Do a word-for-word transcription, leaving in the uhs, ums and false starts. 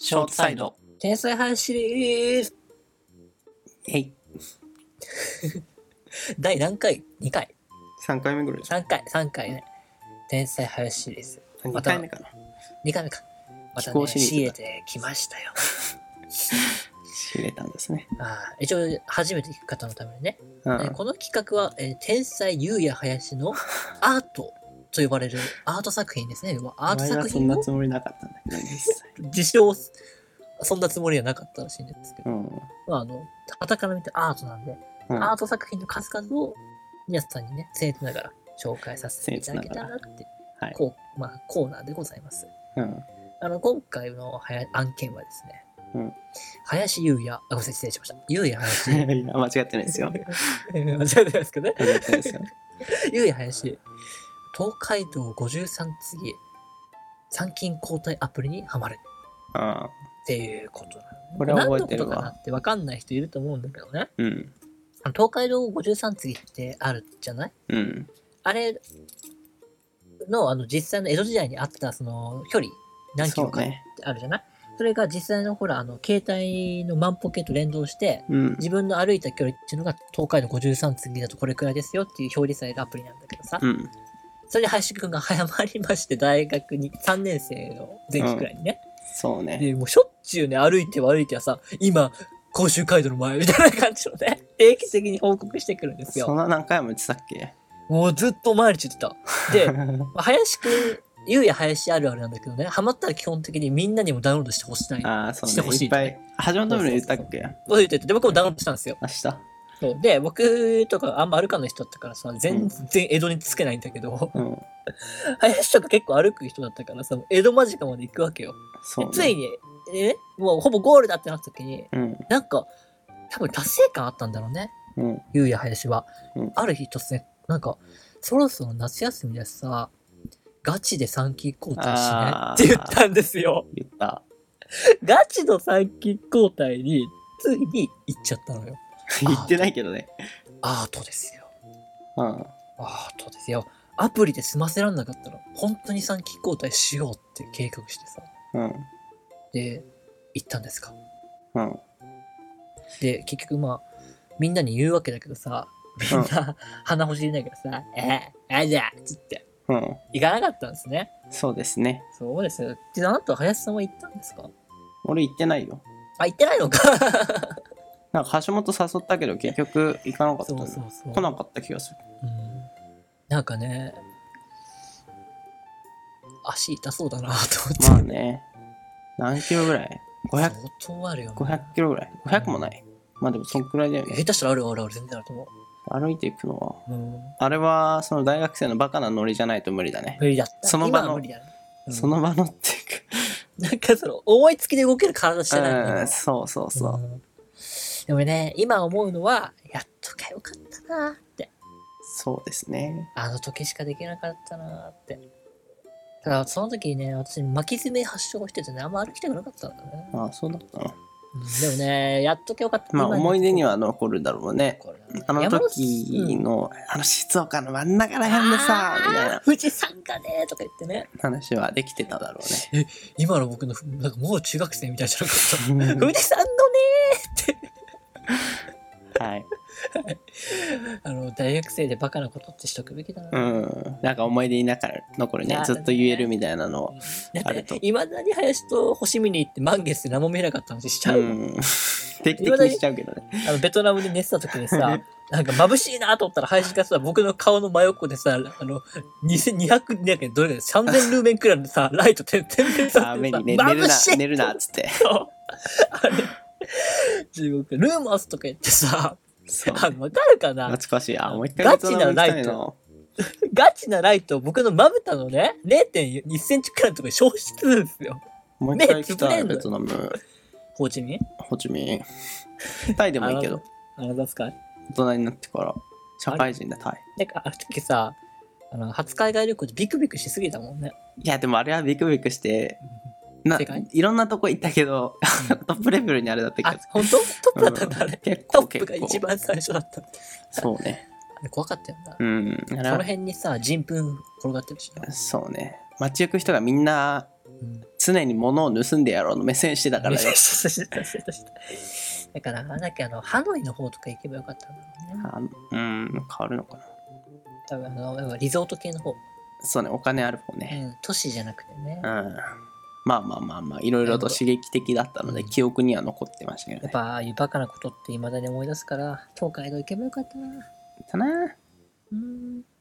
ショートサイド天才配信シリーズえい第何回 ?に 回さんかいめぐらい。 さんかいさんかいね。天才配信シリーズにかいめかな。 にかいめかまたね気候シリーズ仕入れてきましたよ。 仕入れたんですね。 ああ一応初めて聞く方のためにね、 うんえーこの企画は、えー天才ゆうやはやしのアートと呼ばれるアート作品ですね。要はアート前はそん作品をなつもりなかったんだけど、実際。 自称そんなつもりはなかったらしいんですけど、 うん。 まああの傍から見てアートなんで、 うんアート作品の数々を皆さんにね、僭越ながら紹介させていただけたらなって、 はい。 こう、まあ、コーナーでございます。 うん。 あの、今回のはや案件はですね、 うん林優也、あ、ごめんなさい、失礼しました。優也林。 いや、間違ってないですよ。 間違えてないですけどね。 間違ってないですよ。 優也林、東海道ごじゅうさん次、参勤交代アプリにはまるああ。 っていうことなのね。 これは覚えてるわ何のことかなって分かんない人いると思うんだけどね。 うん。 あの東海道ごじゅうさん次ってあるじゃないうん。 あれの、あの、実際の江戸時代にあった、その、距離、何キロかっそうね。 てあるじゃないそれが実際の、ほら、あの、携帯の万歩計と連動して、 うん。 自分の歩いた距離っていうのが、東海道ごじゅうさん次だとこれくらいですよっていう表示されるアプリなんだけどさ、 うん。 それで林くんが早まりまして、大学にさんねん生の前期くらいにね。 そうね。 で、もうしょっちゅうね、歩いては歩いてはさ、今、甲州街道の前みたいな感じのね、定期的に報告してくるんですよ。 そんな何回も言ってたっけ？ もうずっと毎日言ってた。で、まあ林くん、ゆうや林あるあるなんだけどね、ハマったら基本的にみんなにもダウンロードしてほしない。 ああ、そうね。 してほしいいっぱい。始まったのに言ったっけ？ そう言ってて、で、僕もダウンロードしたんですよ。 明日。 そうで、僕とかあんま歩かない人だったからさ、全然江戸につけないんだけど、 うん。 林とか結構歩く人だったからさ、江戸間近まで行くわけよ。 そうね。 ついに、ね、もうほぼゴールだってなった時に、 うん。 なんか、多分達成感あったんだろうね。 うん。 ゆうや林は。 うんある日突然、なんか、そろそろ夏休みでさ、ガチで三期交代しねあーって言ったんですよ。 言った。 ガチの三期交代に、ついに行っちゃったのよ。 言ってないけどね。 アートですよ。 うん。 アートですよ。アプリで済ませらんなかったら、本当に三期交代しようって計画してさ。 うん。 で、行ったんですか。 うん。 で、結局まあ、みんなに言うわけだけどさ、みんな鼻欲しいんだけどさ、えー、あじゃっつって、 うん。 行かなかったんですね。 そうですね。 そうですよ。で、あなた、林さんは行ったんですか？ 俺言ってないよ。 あ、行ってないのか。 なんか橋本誘ったけど結局行かなかったの。 そうそうそう。 来なかった気がする。 うん。なんかね、足痛そうだなと思って。 まあね。何キロぐらい ?ごひゃく、 相当あるよね。 ごひゃくキロぐらい ?ごひゃく もない。まあでもそんくらいだよね。 下手したらあるあるある、全然あると思歩いていくのは。 う。うん。 あれはその大学生のバカなノリじゃないと無理だね。 無理だった。 その場の今は無理だね。うんその場のっていうなんかその、思いつきで動ける体してないか。 のうん、そうそうそう。 んでもね、今思うのは、やっとかよかったなーって。 そうですね。 あの時しかできなかったなーって。ただ、その時にね、私、巻き爪発症しててね、あんま歩きたくなかったんだね。 ああ、そうだったの。 うんでもね、やっとかよかった。 まあ今思い出には残るだろうね。 これだねあの時の、あの静岡の真ん中ら辺でさ、みたいな富士山がねーとか言ってね。 話はできてただろうね。 今の僕の、なんかもう中学生みたいじゃなかった。 うん富士山のねーって。 はい。 あの、大学生でバカなことってしとくべきだな。 うん。なんか思い出に中残るね。 なずっと言えるみたいなのを。 だっあるとて、いまだに林と星見に行って満月で何も見えなかった話しちゃうもん。 うん。定期的にしちゃうけどね。 あの、ベトナムで寝てた時にさ、なんか眩しいなと思ったら林がさ、僕の顔の真横でさ、あの、にせんにひゃく、どれぐらいさんぜんルーメンくらいのさ、ライト点々点々さあ、目にね、寝るな眩し、い寝るな、っつって。 そうあれ、中国、ルーマスとか言ってさ、 そう。 あの、わかるかな懐かしい。あ、もう一回ガチなライトベトナム行きたいな。 ガチなライトを僕のまぶたのね、れいてんいちセンチくらいのところに消失するんですよ。 もう一回行きたい、 目つぶれんのよベトナム。 ホーチミンホチミン。タイでもいいけど、 あの、出すかい大人になってから、社会人でタイ。 なんか、あの時さ、あの、初海外旅行でビクビクしすぎたもんね。 いや、でもあれはビクビクして、な世界いろんなとこ行ったけど、トップレベルにあれだった気あがす、 本当トップだったんだ、あれ。 うん結ト構ップが一番最初だった。 そうね。 あれ怖かったよな。 うん。あれはその辺にさ、人糞転がってるしな。 そうね。街行く人がみんなうん常に物を盗んでやろうの目線してたからね。 したしたしたしただから、なんだっけ、あの、ハノイの方とか行けばよかったんだろうね。 あうん、変わるのかな。 多分、あの、要はリゾート系の方。 そうね、お金ある方うね。 ん、都市じゃなくてね。 うん。まあまあまあまあ、いろいろと刺激的だったので、記憶には残ってましたけどね。 やっぱ、ああいうバカなことって未だに思い出すから、東海道行けばよかったな。 だな。 うん。